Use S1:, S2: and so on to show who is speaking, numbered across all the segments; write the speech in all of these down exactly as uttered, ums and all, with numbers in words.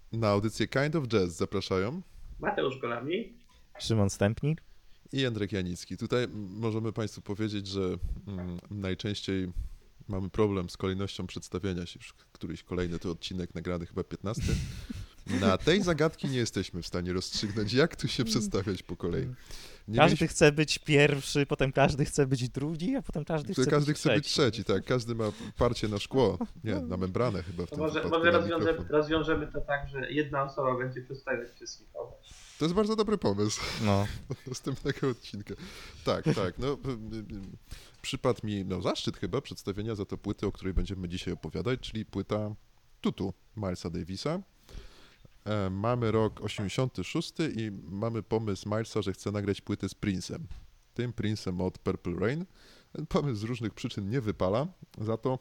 S1: Na audycję Kind of Jazz zapraszają
S2: Mateusz Golami,
S3: Szymon Stępnik
S1: i Jędrek Janicki. Tutaj możemy Państwu powiedzieć, że mm, najczęściej mamy problem z kolejnością przedstawiania się. Już któryś kolejny to odcinek nagrany, chyba piętnasty. Na tej zagadki nie jesteśmy w stanie rozstrzygnąć, jak tu się przedstawiać po kolei. Nie
S3: każdy
S1: mieliśmy...
S3: chce być pierwszy, potem każdy chce być drugi, a potem każdy chce
S1: każdy
S3: być
S1: chce
S3: trzeci.
S1: być trzeci, tak. Każdy ma parcie na szkło. Nie, na membranę chyba w
S2: to
S1: tym
S2: może,
S1: wypadku.
S2: może
S1: na
S2: rozwiążemy,
S1: mikrofon.
S2: rozwiążemy to tak, że jedna osoba będzie przedstawiać wszystkich.
S1: To jest bardzo dobry pomysł.
S3: No.
S1: Następnego odcinka. Tak, tak. No, przypadł mi no, zaszczyt chyba przedstawienia za to płyty, o której będziemy dzisiaj opowiadać, czyli płyta Tutu Milesa Davisa. E, mamy rok osiemdziesiąty szósty i mamy pomysł Milesa, że chce nagrać płytę z Prince'em. Tym Prince'em od Purple Rain. Ten pomysł z różnych przyczyn nie wypala, za to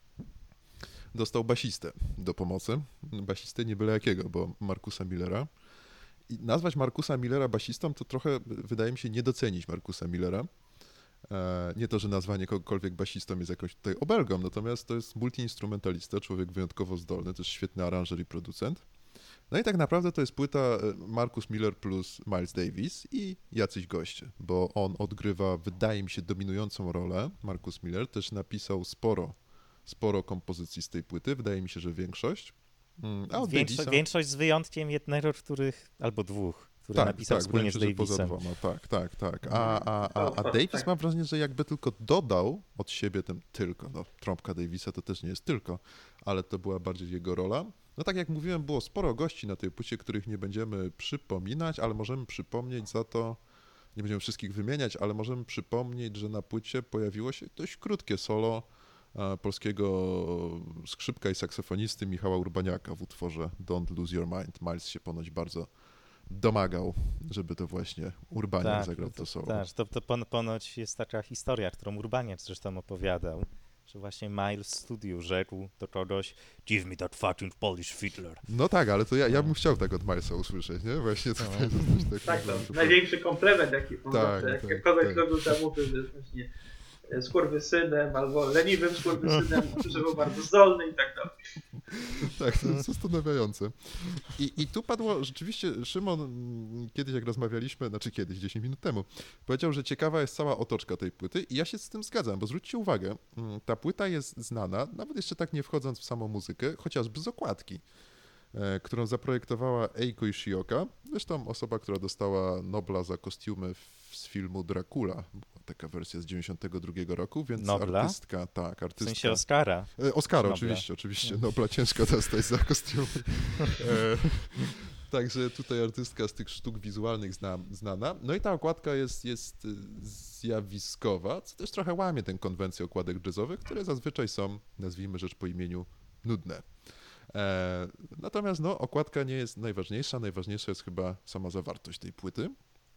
S1: dostał basistę do pomocy. Basistę nie byle jakiego, bo Marcusa Millera. I nazwać Marcusa Millera basistą to trochę, wydaje mi się, nie docenić Marcusa Millera. E, nie to, że nazwanie kogokolwiek basistą jest jakąś tutaj obelgą, natomiast to jest multiinstrumentalista, człowiek wyjątkowo zdolny, też świetny aranżer i producent. No i tak naprawdę to jest płyta Marcus Miller plus Miles Davis i jacyś goście, bo on odgrywa, wydaje mi się, dominującą rolę. Marcus Miller też napisał sporo, sporo kompozycji z tej płyty, wydaje mi się, że większość. A od
S3: Większo-
S1: Davisa...
S3: Większość z wyjątkiem jednego, których, albo dwóch, które
S1: tak,
S3: napisał
S1: tak,
S3: wspólnie z
S1: się, że poza
S3: Davisem.
S1: dwoma, tak, tak, tak. A, a, a, a Davis mam wrażenie, że jakby tylko dodał od siebie ten tylko, no trąbka Davisa to też nie jest tylko, ale to była bardziej jego rola. No tak jak mówiłem, było sporo gości na tej płycie, których nie będziemy przypominać, ale możemy przypomnieć za to, nie będziemy wszystkich wymieniać, ale możemy przypomnieć, że na płycie pojawiło się dość krótkie solo polskiego skrzypka i saksofonisty Michała Urbaniaka w utworze Don't Lose Your Mind. Miles się ponoć bardzo domagał, żeby to właśnie Urbaniak
S3: tak,
S1: zagrał
S3: to,
S1: to solo.
S3: Tak, to, to pon- ponoć jest taka historia, którą Urbaniak zresztą opowiadał, że właśnie Miles w studiu rzekł do kogoś "Give me that fucking Polish fiddler".
S1: No tak, ale to ja, ja bym chciał tak od Milesa usłyszeć, nie? Właśnie to,
S3: No.
S1: to, to,
S2: Tak, to największy komplement, jaki można,
S1: tak,
S2: jak
S1: tak,
S2: kogoś,
S1: tak.
S2: kto był tam mówił, że jest właśnie skurwysynem albo leniwym skurwysynem, że był bardzo zdolny i tak dalej.
S1: Tak, to jest zastanawiające. I, I tu padło, rzeczywiście Szymon kiedyś jak rozmawialiśmy, znaczy kiedyś, dziesięć minut temu, powiedział, że ciekawa jest cała otoczka tej płyty i ja się z tym zgadzam, bo zwróćcie uwagę, ta płyta jest znana, nawet jeszcze tak nie wchodząc w samą muzykę, chociażby z okładki, którą zaprojektowała Eiko Ishioka, zresztą osoba, która dostała Nobla za kostiumy z filmu Dracula. Taka wersja z dziewięćdziesiątego drugiego roku, więc
S3: Nobla?
S1: artystka, tak, artystka.
S3: W sensie Oscara.
S1: E, Oscara,
S3: Nobla.
S1: oczywiście, oczywiście. Nobla ciężko dostać za kostiumy. E, także tutaj artystka z tych sztuk wizualnych zna, znana. No i ta okładka jest, jest zjawiskowa, co też trochę łamie tę konwencję okładek jazzowych, które zazwyczaj są, nazwijmy rzecz po imieniu, nudne. E, natomiast no, okładka nie jest najważniejsza, najważniejsza jest chyba sama zawartość tej płyty.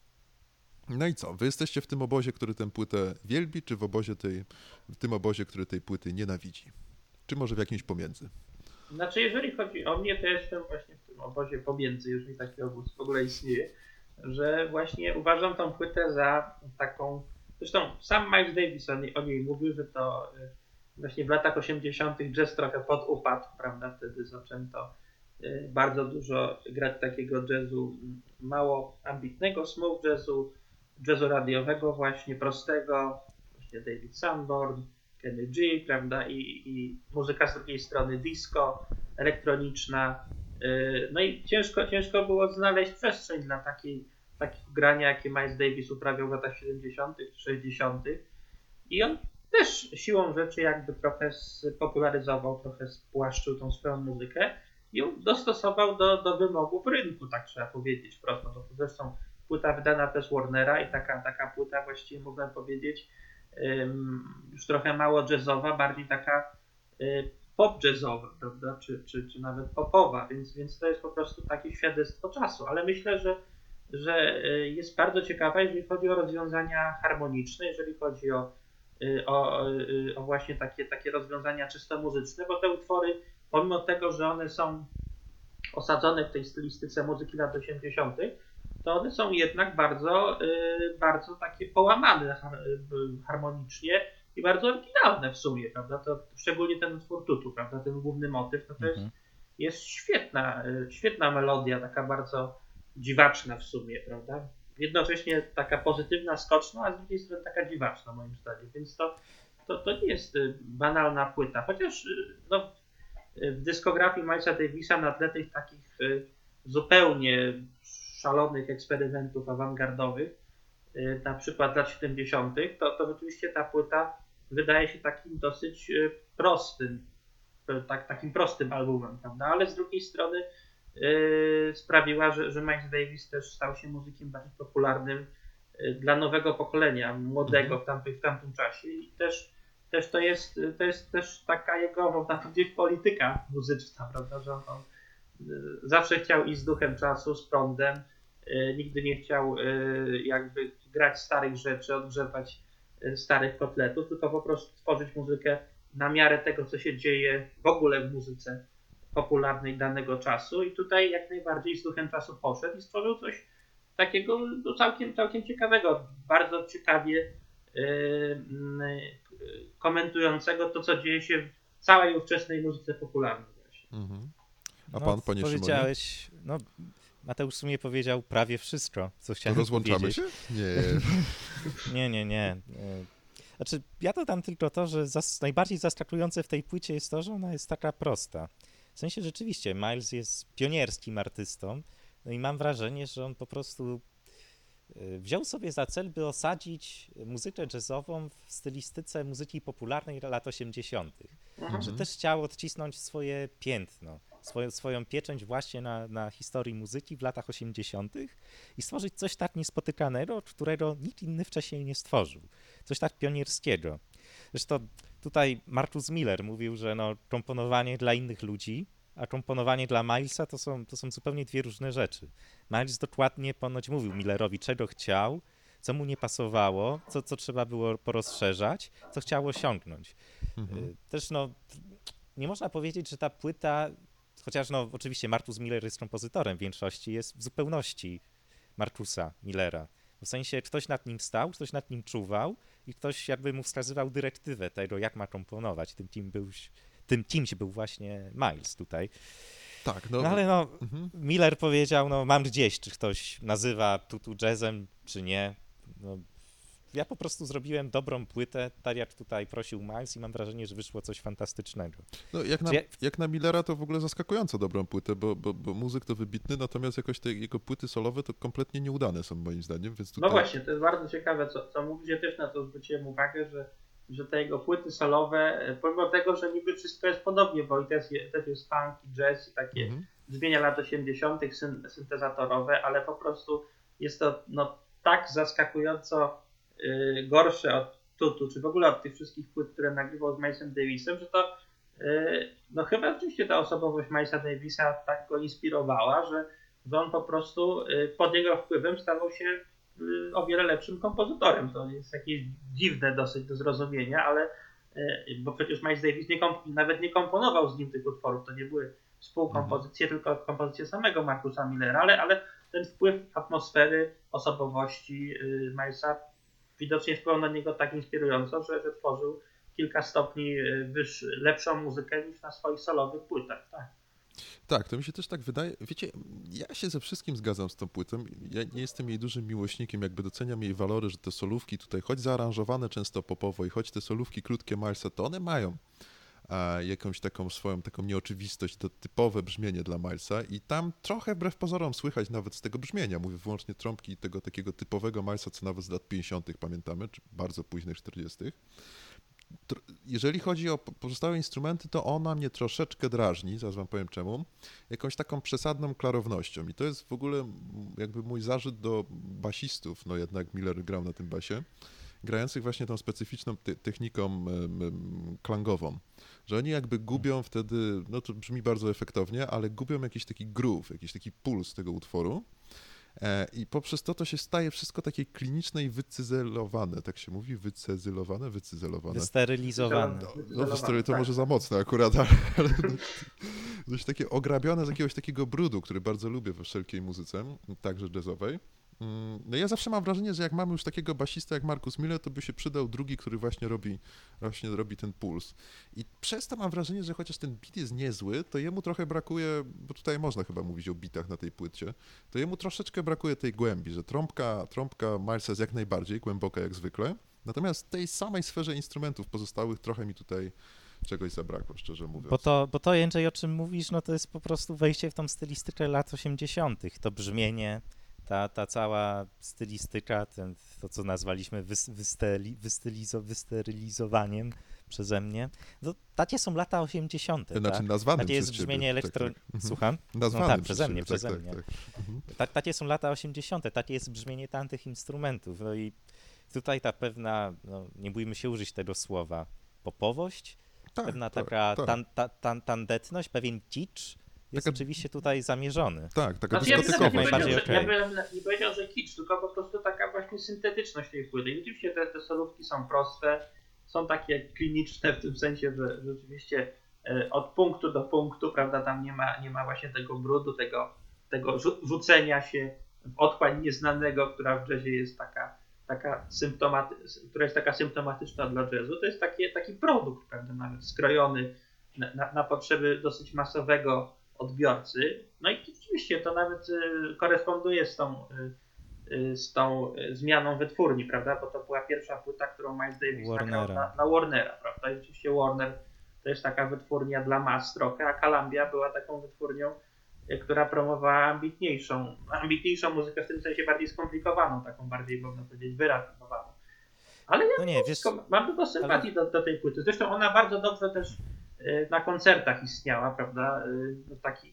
S1: No i co? Wy jesteście w tym obozie, który tę płytę wielbi, czy w obozie tej, w tym obozie, który tej płyty nienawidzi? Czy może w jakimś pomiędzy?
S2: Znaczy, jeżeli chodzi o mnie, to jestem właśnie w tym obozie pomiędzy, jeżeli taki obóz w ogóle istnieje, że właśnie uważam tą płytę za taką, zresztą sam Miles Davis o niej, o niej mówił, że to właśnie w latach osiemdziesiątych jazz trochę podupadł, prawda, wtedy zaczęto bardzo dużo grać takiego jazzu mało ambitnego, smooth jazzu, jazzu radiowego właśnie, prostego, właśnie David Sanborn, Kenny G, prawda, i, i muzyka z drugiej strony disco, elektroniczna. No i ciężko, ciężko było znaleźć przestrzeń dla takiej, takiego grania, jakie Miles Davis uprawiał w latach siedemdziesiątych czy sześćdziesiątych. I on też siłą rzeczy jakby trochę spopularyzował, trochę spłaszczył tą swoją muzykę i ją dostosował do, do wymogów rynku, tak trzeba powiedzieć wprost. No to zresztą płyta wydana przez Warnera i taka, taka płyta właściwie można powiedzieć um, już trochę mało jazzowa, bardziej taka y, pop jazzowa, prawda, czy, czy, czy nawet popowa, więc, więc to jest po prostu takie świadectwo czasu, ale myślę, że, że jest bardzo ciekawa, jeżeli chodzi o rozwiązania harmoniczne, jeżeli chodzi o, o, o właśnie takie, takie rozwiązania czysto muzyczne, bo te utwory, pomimo tego, że one są osadzone w tej stylistyce muzyki lat osiemdziesiątych, to one są jednak bardzo, bardzo takie połamane harmonicznie i bardzo oryginalne w sumie, prawda? To szczególnie ten utwór Tutu, prawda? Ten główny motyw, to, to jest, jest świetna, świetna melodia, taka bardzo dziwaczna w sumie, prawda? Jednocześnie taka pozytywna, skoczna, a z drugiej strony taka dziwaczna moim zdaniem, więc to, to, to nie jest banalna płyta, chociaż no, w dyskografii Milesa Davisa na tle tych takich zupełnie szalonych eksperymentów awangardowych, na przykład lat siedemdziesiątych, to, to rzeczywiście ta płyta wydaje się takim dosyć prostym, tak, takim prostym albumem, prawda? Ale z drugiej strony yy, sprawiła, że, że Miles Davis też stał się muzykiem bardziej popularnym yy, dla nowego pokolenia, młodego w, tamtym, w tamtym czasie i też, też to jest to jest też taka jego, można powiedzieć, polityka muzyczna, prawda? Że on, on yy, zawsze chciał iść z duchem czasu, z prądem, yy, nigdy nie chciał yy, jakby grać starych rzeczy, odgrzewać yy, starych kotletów, tylko po prostu tworzyć muzykę na miarę tego, co się dzieje w ogóle w muzyce popularnej danego czasu i tutaj jak najbardziej z duchem czasu poszedł i stworzył coś takiego no, całkiem, całkiem ciekawego, bardzo ciekawie yy, yy, komentującego to, co dzieje się w całej ówczesnej muzyce popularnej właśnie.
S1: Mhm. A
S3: No,
S1: pan, panie
S3: powiedziałeś,
S1: Szymonie?
S3: no Mateusz w sumie powiedział prawie wszystko, co chciałem
S1: Rozłączamy
S3: powiedzieć.
S1: się? Nie.
S3: Nie, nie, nie. Znaczy, ja dodam tylko to, że zas- najbardziej zaskakujące w tej płycie jest to, że ona jest taka prosta. W sensie rzeczywiście, Miles jest pionierskim artystą, no i mam wrażenie, że on po prostu y, wziął sobie za cel, by osadzić muzykę jazzową w stylistyce muzyki popularnej lat osiemdziesiątych.
S2: Mhm.
S3: Że też chciał odcisnąć swoje piętno, swoją, swoją pieczęć właśnie na, na historii muzyki w latach osiemdziesiątych i stworzyć coś tak niespotykanego, którego nikt inny wcześniej nie stworzył. Coś tak pionierskiego. Zresztą tutaj Marcus Miller mówił, że no, komponowanie dla innych ludzi, a komponowanie dla Milesa to są, to są zupełnie dwie różne rzeczy. Miles dokładnie ponoć mówił Millerowi, czego chciał, co mu nie pasowało, co, co trzeba było porozszerzać, co chciał osiągnąć.
S1: Mhm.
S3: Też no, nie można powiedzieć, że ta płyta, chociaż no oczywiście Marcus Miller jest kompozytorem w większości, jest w zupełności Marcusa Millera. W sensie ktoś nad nim stał, ktoś nad nim czuwał i ktoś jakby mu wskazywał dyrektywę tego, jak ma komponować. Tym, kim był, tym kimś był właśnie Miles tutaj.
S1: Tak, no.
S3: No ale no,
S1: Mhm.
S3: Miller powiedział, no mam gdzieś, czy ktoś nazywa tutu jazzem, czy nie. No, ja po prostu zrobiłem dobrą płytę, tak jak tutaj prosił Miles i mam wrażenie, że wyszło coś fantastycznego.
S1: No, jak, na,
S3: Czy ja-
S1: jak na Millera to w ogóle zaskakująco dobrą płytę, bo, bo, bo muzyk to wybitny, natomiast jakoś te jego płyty solowe to kompletnie nieudane są moim zdaniem, więc tutaj...
S2: No właśnie, to jest bardzo ciekawe, co, co mówisz, ja też na to zwróciłem uwagę, że, że te jego płyty solowe, pomimo tego, że niby wszystko jest podobnie, bo i też, też jest funk i jazz i takie
S1: Mhm.
S2: brzmienia lat osiemdziesiątych syn, syntezatorowe, ale po prostu jest to no, tak zaskakująco y, gorsze od Tutu, czy w ogóle od tych wszystkich płyt, które nagrywał z Milesem Davisem, że to y, no chyba rzeczywiście ta osobowość Milesa Davisa tak go inspirowała, że, że on po prostu y, pod jego wpływem stawał się y, o wiele lepszym kompozytorem. To jest jakieś dziwne dosyć do zrozumienia, ale y, bo przecież Miles Davis nie komp- nawet nie komponował z nim tych utworów, to nie były współkompozycje, mhm. tylko kompozycje samego Marcusa Millera, ale, ale ten wpływ atmosfery, osobowości yy, Milesa widocznie wpłynął na niego tak inspirująco, że, że tworzył kilka stopni wyż, lepszą muzykę niż na swoich solowych płytach. Tak.
S1: Tak, to mi się też tak wydaje. Wiecie, ja się ze wszystkim zgadzam z tą płytą. Ja nie jestem jej dużym miłośnikiem, jakby doceniam jej walory, że te solówki tutaj, choć zaaranżowane często popowo i choć te solówki krótkie Milesa, to one mają a jakąś taką swoją taką nieoczywistość, to typowe brzmienie dla Milesa i tam trochę wbrew pozorom słychać nawet z tego brzmienia, mówię wyłącznie trąbki tego takiego typowego Milesa, co nawet z lat pięćdziesiątych pamiętamy, czy bardzo późnych czterdziestych. Jeżeli chodzi o pozostałe instrumenty, to ona mnie troszeczkę drażni, zaraz wam powiem czemu, jakąś taką przesadną klarownością i to jest w ogóle jakby mój zarzut do basistów, no jednak Miller grał na tym basie, grających właśnie tą specyficzną te- techniką um, klangową, że oni jakby gubią wtedy, no to brzmi bardzo efektownie, ale gubią jakiś taki groove, jakiś taki puls tego utworu e, i poprzez to to się staje wszystko takie kliniczne i wycyzelowane, tak się mówi, wycezylowane, wycyzelowane.
S3: Wysterylizowane.
S1: No, no wystery to może za mocne akurat, ale, ale coś takie ograbione z jakiegoś takiego brudu, który bardzo lubię we wszelkiej muzyce, także jazzowej. No ja zawsze mam wrażenie, że jak mamy już takiego basista jak Marcus Miller, to by się przydał drugi, który właśnie robi, właśnie robi ten puls. I przez to mam wrażenie, że chociaż ten beat jest niezły, to jemu trochę brakuje, bo tutaj można chyba mówić o bitach na tej płycie, to jemu troszeczkę brakuje tej głębi, że trąbka, trąbka Milesa jest jak najbardziej głęboka jak zwykle, natomiast tej samej sferze instrumentów pozostałych trochę mi tutaj czegoś zabrakło, szczerze mówiąc.
S3: Bo to, bo to Jędrzej, o czym mówisz, no to jest po prostu wejście w tą stylistykę lat osiemdziesiątych. To brzmienie, ta, ta cała stylistyka, ten, to co nazwaliśmy wys, wystyli, wystylizo, wysterylizowaniem przeze mnie. To, takie są lata osiemdziesiąte.
S1: Znaczy
S3: tak?
S1: nazwanym
S3: Takie jest
S1: przez
S3: brzmienie
S1: ciebie.
S3: elektro...
S1: Tak, tak.
S3: Słucham?
S1: Nazwanym
S3: no tak,
S1: przez
S3: przeze
S1: ciebie.
S3: mnie,
S1: tak,
S3: przeze
S1: tak,
S3: mnie.
S1: tak. Mhm.
S3: Tak, takie są lata osiemdziesiąte, takie jest brzmienie tamtych instrumentów. No i tutaj ta pewna, no, nie bójmy się użyć tego słowa, popowość,
S1: Tak,
S3: pewna
S1: tak,
S3: taka
S1: tak.
S3: tan, ta, tan, tandetność, pewien kicz jest
S1: Taka-
S3: oczywiście tutaj zamierzony.
S1: Tak, taka
S2: Znaczy, ja bym nawet
S1: dyskotekowość.
S2: nie
S3: najbardziej
S2: powiedział, że,
S3: okej.
S2: ja bym nie powiedział, że kicz, tylko po prostu taka właśnie syntetyczność tej płyty. I oczywiście te, te solówki są proste, są takie kliniczne w tym sensie, że rzeczywiście e, od punktu do punktu, prawda, tam nie ma, nie ma właśnie tego brudu, tego, tego rzu- rzucenia się w otchłań nieznanego, która w jazzie jest taka, taka symptomaty, która jest taka symptomatyczna dla jazzu. To jest takie, taki produkt, prawda, nawet skrojony na, na, na potrzeby dosyć masowego odbiorcy. No i rzeczywiście to nawet y, koresponduje z tą, y, y, z tą y, zmianą wytwórni, prawda? Bo to była pierwsza płyta, którą Miles Davis nagrał
S3: Warnera.
S2: na, na Warnera, prawda? I rzeczywiście Warner to jest taka wytwórnia dla mas trochę, a Columbia była taką wytwórnią, y, która promowała ambitniejszą, ambitniejszą muzykę, w tym sensie bardziej skomplikowaną, taką bardziej, można powiedzieć, wyrafinowaną. Ale ja
S3: No nie, wiesz,
S2: mam dużo sympatii do, do tej płyty. Zresztą ona bardzo dobrze też y, na koncertach istniała, prawda? Y, no taki,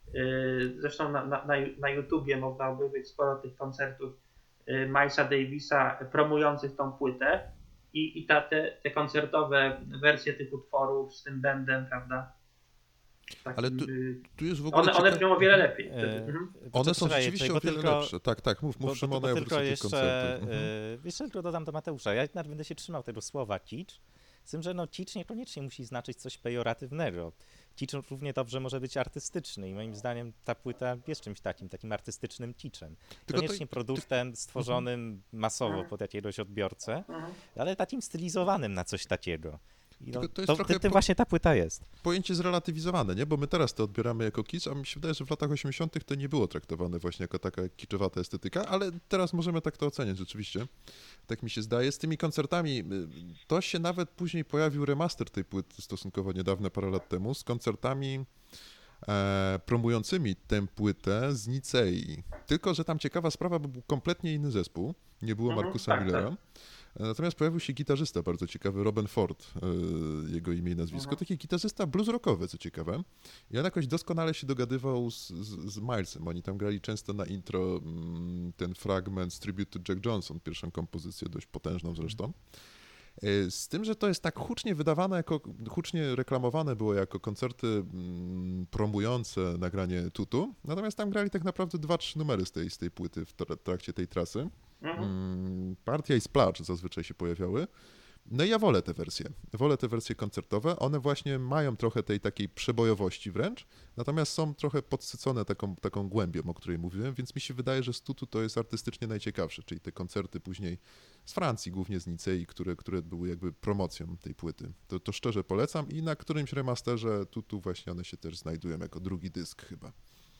S2: y, zresztą na, na, na, na YouTubie można obejrzeć sporo tych koncertów y, Milesa Davisa promujących tą płytę i, i ta, te, te koncertowe wersje tych utworów z tym bandem, prawda? Takim,
S1: Ale tu-
S2: y,
S1: Tu jest w ogóle
S2: one, one
S1: cieka-
S2: brzmią o wiele lepiej.
S3: E,
S2: wtedy. Mhm.
S1: One są
S3: Poczekaj,
S1: rzeczywiście
S3: bo
S1: o wiele
S3: tylko-
S1: lepsze. Tak, tak, mów,
S3: Bo,
S1: mów
S3: bo,
S1: Szymon,
S3: bo
S1: a ja
S3: tylko
S1: wrócę do tych
S3: jeszcze,
S1: koncertów. Mhm.
S3: e, wiesz, tylko dodam do Mateusza, ja jednak będę się trzymał tego słowa kicz, z tym, że no kicz niekoniecznie musi znaczyć coś pejoratywnego. Kicz równie dobrze może być artystyczny i moim zdaniem ta płyta jest czymś takim, takim artystycznym kiczem.
S1: Tylko
S3: Koniecznie
S1: to-
S3: produktem stworzonym masowo
S2: Mhm.
S3: pod jakiegoś odbiorcę,
S2: Mhm.
S3: ale takim stylizowanym na coś takiego. I no,
S1: Tylko to jest
S3: to,
S1: trochę
S3: tym
S1: po-
S3: właśnie ta płyta jest.
S1: Pojęcie zrelatywizowane, nie? Bo my teraz to odbieramy jako kicz, a mi się wydaje, że w latach osiemdziesiątych to nie było traktowane właśnie jako taka kiczowata estetyka, ale teraz możemy tak to oceniać rzeczywiście. Tak mi się zdaje. Z tymi koncertami, y, to się nawet później pojawił remaster tej płyty stosunkowo niedawno, parę lat temu, z koncertami e, promującymi tę płytę z Nicei. Tylko, że tam ciekawa sprawa, bo był kompletnie inny zespół, nie było
S2: Mhm,
S1: Marcusa
S2: tak,
S1: Millera. Natomiast pojawił się gitarzysta bardzo ciekawy, Robin Ford, e, jego imię i nazwisko.
S2: Mhm.
S1: Taki gitarzysta blues rockowy, co ciekawe. I on jakoś doskonale się dogadywał z, z, z Milesem. Oni tam grali często na intro mm, ten fragment z Tribute to Jack Johnson, pierwszą kompozycję, dość potężną zresztą. E, Z tym, że to jest tak hucznie wydawane, jako, hucznie reklamowane było jako koncerty mm, promujące nagranie Tutu. Natomiast tam grali tak naprawdę dwa, trzy numery z tej, z tej płyty w tra- trakcie tej trasy.
S2: Mhm.
S1: Mm, Partia i Splash zazwyczaj się pojawiały. No i ja wolę te wersje. Wolę te wersje koncertowe. One właśnie mają trochę tej takiej przebojowości wręcz, natomiast są trochę podsycone taką, taką głębią, o której mówiłem, więc mi się wydaje, że z Tutu to jest artystycznie najciekawsze, czyli te koncerty później z Francji, głównie z Nicei, które, które były jakby promocją tej płyty. To, to szczerze polecam i na którymś remasterze Tutu właśnie one się też znajdują jako drugi dysk chyba.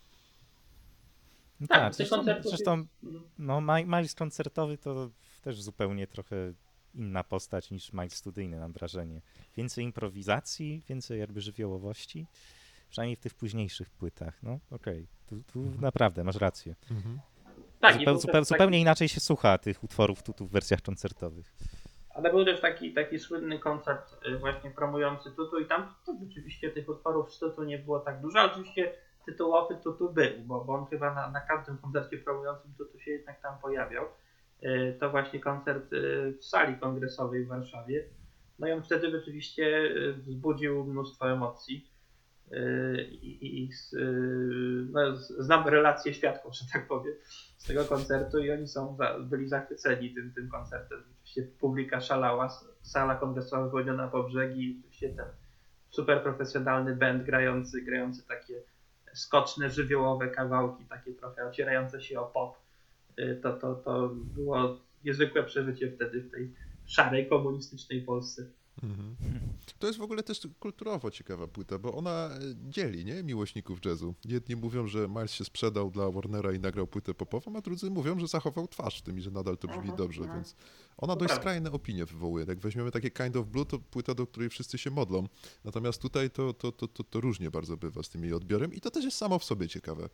S3: No
S2: Tak,
S3: tak,
S2: tych
S3: zresztą,
S2: koncertów
S3: zresztą
S2: jest- mhm.
S3: no, Mi- Miles koncertowy to też zupełnie trochę inna postać niż Miles studyjny, mam wrażenie. Więcej improwizacji, więcej jakby żywiołowości, przynajmniej w tych późniejszych płytach. No okej, tu, tu naprawdę masz rację.
S2: Tak, i
S3: Zupeł,
S2: był też
S3: zupeł,
S2: taki-
S3: zupełnie inaczej się słucha tych utworów tu, tu w wersjach koncertowych.
S2: Ale był też taki, taki słynny koncert y, właśnie promujący Tutu i tam to rzeczywiście tych utworów z Tutu nie było tak dużo, ale oczywiście tytułowy Tutu był, bo, bo on chyba na, na każdym koncercie promującym Tutu się jednak tam pojawiał. Y, To właśnie koncert y, w sali kongresowej w Warszawie. No i on wtedy rzeczywiście y, wzbudził mnóstwo emocji. Y, I, i z, y, no, z- znam relacje świadków, że tak powiem, z tego koncertu i oni są za, byli zachwyceni tym, tym koncertem. Oczywiście publika szalała, s- sala kongresowa wypełniona po brzegi, oczywiście ten super profesjonalny band grający, grający takie skoczne, żywiołowe kawałki, takie trochę ocierające się o pop. to, to, to było niezwykłe przeżycie wtedy w tej szarej, komunistycznej Polsce.
S1: Mhm. To jest w ogóle też kulturowo ciekawa płyta, bo ona dzieli, nie, miłośników jazzu. Jedni mówią, że Miles się sprzedał dla Warnera i nagrał płytę popową, a drudzy mówią, że zachował twarz w tym i że nadal to brzmi
S2: Mhm,
S1: dobrze,
S2: mhm.
S1: więc ona
S2: To
S1: dość
S2: prawda.
S1: skrajne opinie wywołuje. Jak weźmiemy takie Kind of Blue, to płyta, do której wszyscy się modlą. Natomiast tutaj to, to, to, to, to różnie bardzo bywa z tym jej odbiorem i to też jest samo w sobie ciekawe.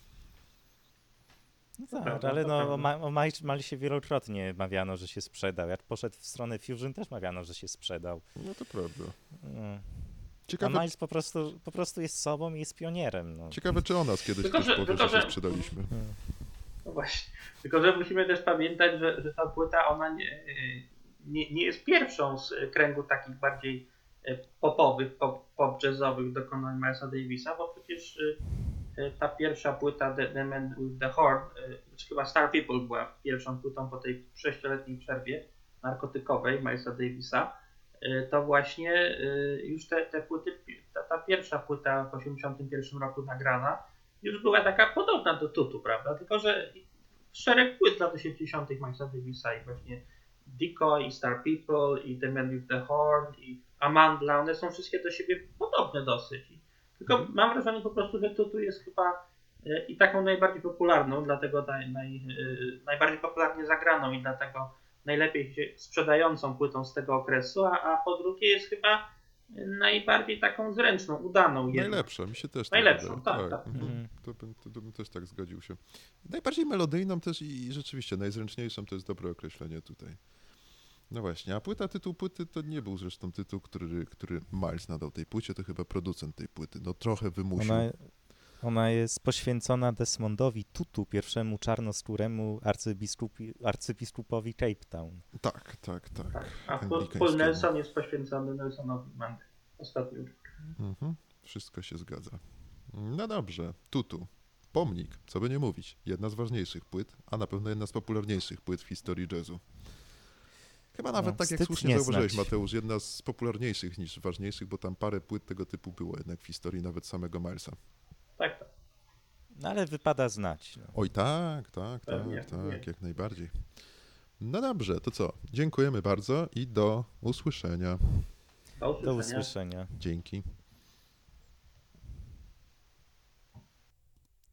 S3: No
S2: To
S3: tak,
S2: prawda,
S3: ale
S2: to
S3: no, o,
S2: prawda.
S3: Ma- o Miles- Milesie wielokrotnie mawiano, że się sprzedał. Jak poszedł w stronę Fusion, też mawiano, że się sprzedał.
S1: No to prawda.
S3: Mm. A
S1: Ciekawe,
S3: Miles po prostu, po prostu jest sobą i jest pionierem. No.
S1: ciekawe czy o nas kiedyś
S2: Tylko,
S1: ktoś
S2: że-
S1: powie,
S2: tylko,
S1: że się
S2: że-
S1: sprzedaliśmy.
S2: No właśnie. Tylko, że musimy też pamiętać, że, że ta płyta, ona nie, nie, nie jest pierwszą z kręgu takich bardziej popowych, pop, pop jazzowych dokonań Milesa Davisa, bo przecież ta pierwsza płyta The, The Man with the Horn, czy chyba Star People była pierwszą płytą po tej sześcioletniej przerwie narkotykowej Milesa Davisa, to właśnie już te, te płyty, ta, ta pierwsza płyta w osiemdziesiątym pierwszym roku nagrana już była taka podobna do Tutu, prawda? Tylko, że szereg płyt lat osiemdziesiątych Milesa Davisa i właśnie Decoy, i Star People, i The Man with the Horn, i Amandla, one są wszystkie do siebie podobne dosyć. Tylko
S1: Mhm.
S2: mam wrażenie po prostu, że Tutu jest chyba e, i taką najbardziej popularną, dlatego naj, naj, e, najbardziej popularnie zagraną i dlatego najlepiej się sprzedającą płytą z tego okresu, a, a po drugie jest chyba najbardziej taką zręczną, udaną jednak.
S1: Najlepsza, mi się też tak
S2: Najlepszą,
S1: wydaje.
S2: tak, tak.
S1: Mhm.
S3: Mhm.
S1: To, bym, to bym też tak zgodził się. Najbardziej melodyjną też i, i rzeczywiście najzręczniejszą to jest dobre określenie tutaj. No właśnie, a płyta, tytuł płyty to nie był zresztą tytuł, który, który Miles nadał tej płycie, to chyba producent tej płyty. No trochę wymusił.
S3: Ona, ona jest poświęcona Desmondowi Tutu, pierwszemu czarnoskóremu arcybiskupi, arcybiskupowi Cape Town.
S1: Tak, tak, tak.
S2: Tak. A Paul
S1: Anglikańskiemu.
S2: Paul Nelson jest poświęcony Nelsonowi Mandela. Ostatnio.
S1: Mhm. Wszystko się zgadza. No dobrze, Tutu. Pomnik, co by nie mówić. Jedna z ważniejszych płyt, a na pewno jedna z popularniejszych płyt w historii jazzu. Chyba nawet
S3: No,
S1: tak jak
S3: wstyd
S1: słusznie
S3: nie
S1: zauważyłeś,
S3: znać.
S1: Mateusz, jedna z popularniejszych niż ważniejszych, bo tam parę płyt tego typu było jednak w historii nawet samego Milesa.
S2: Tak, tak.
S3: No, ale wypada znać. No.
S1: Oj tak, tak,
S2: Pewnie,
S1: tak,
S2: pewnie.
S1: tak, jak najbardziej. No dobrze, to co? Dziękujemy bardzo i do usłyszenia.
S2: Do
S3: Do
S2: usłyszenia.
S3: usłyszenia.
S1: Dzięki.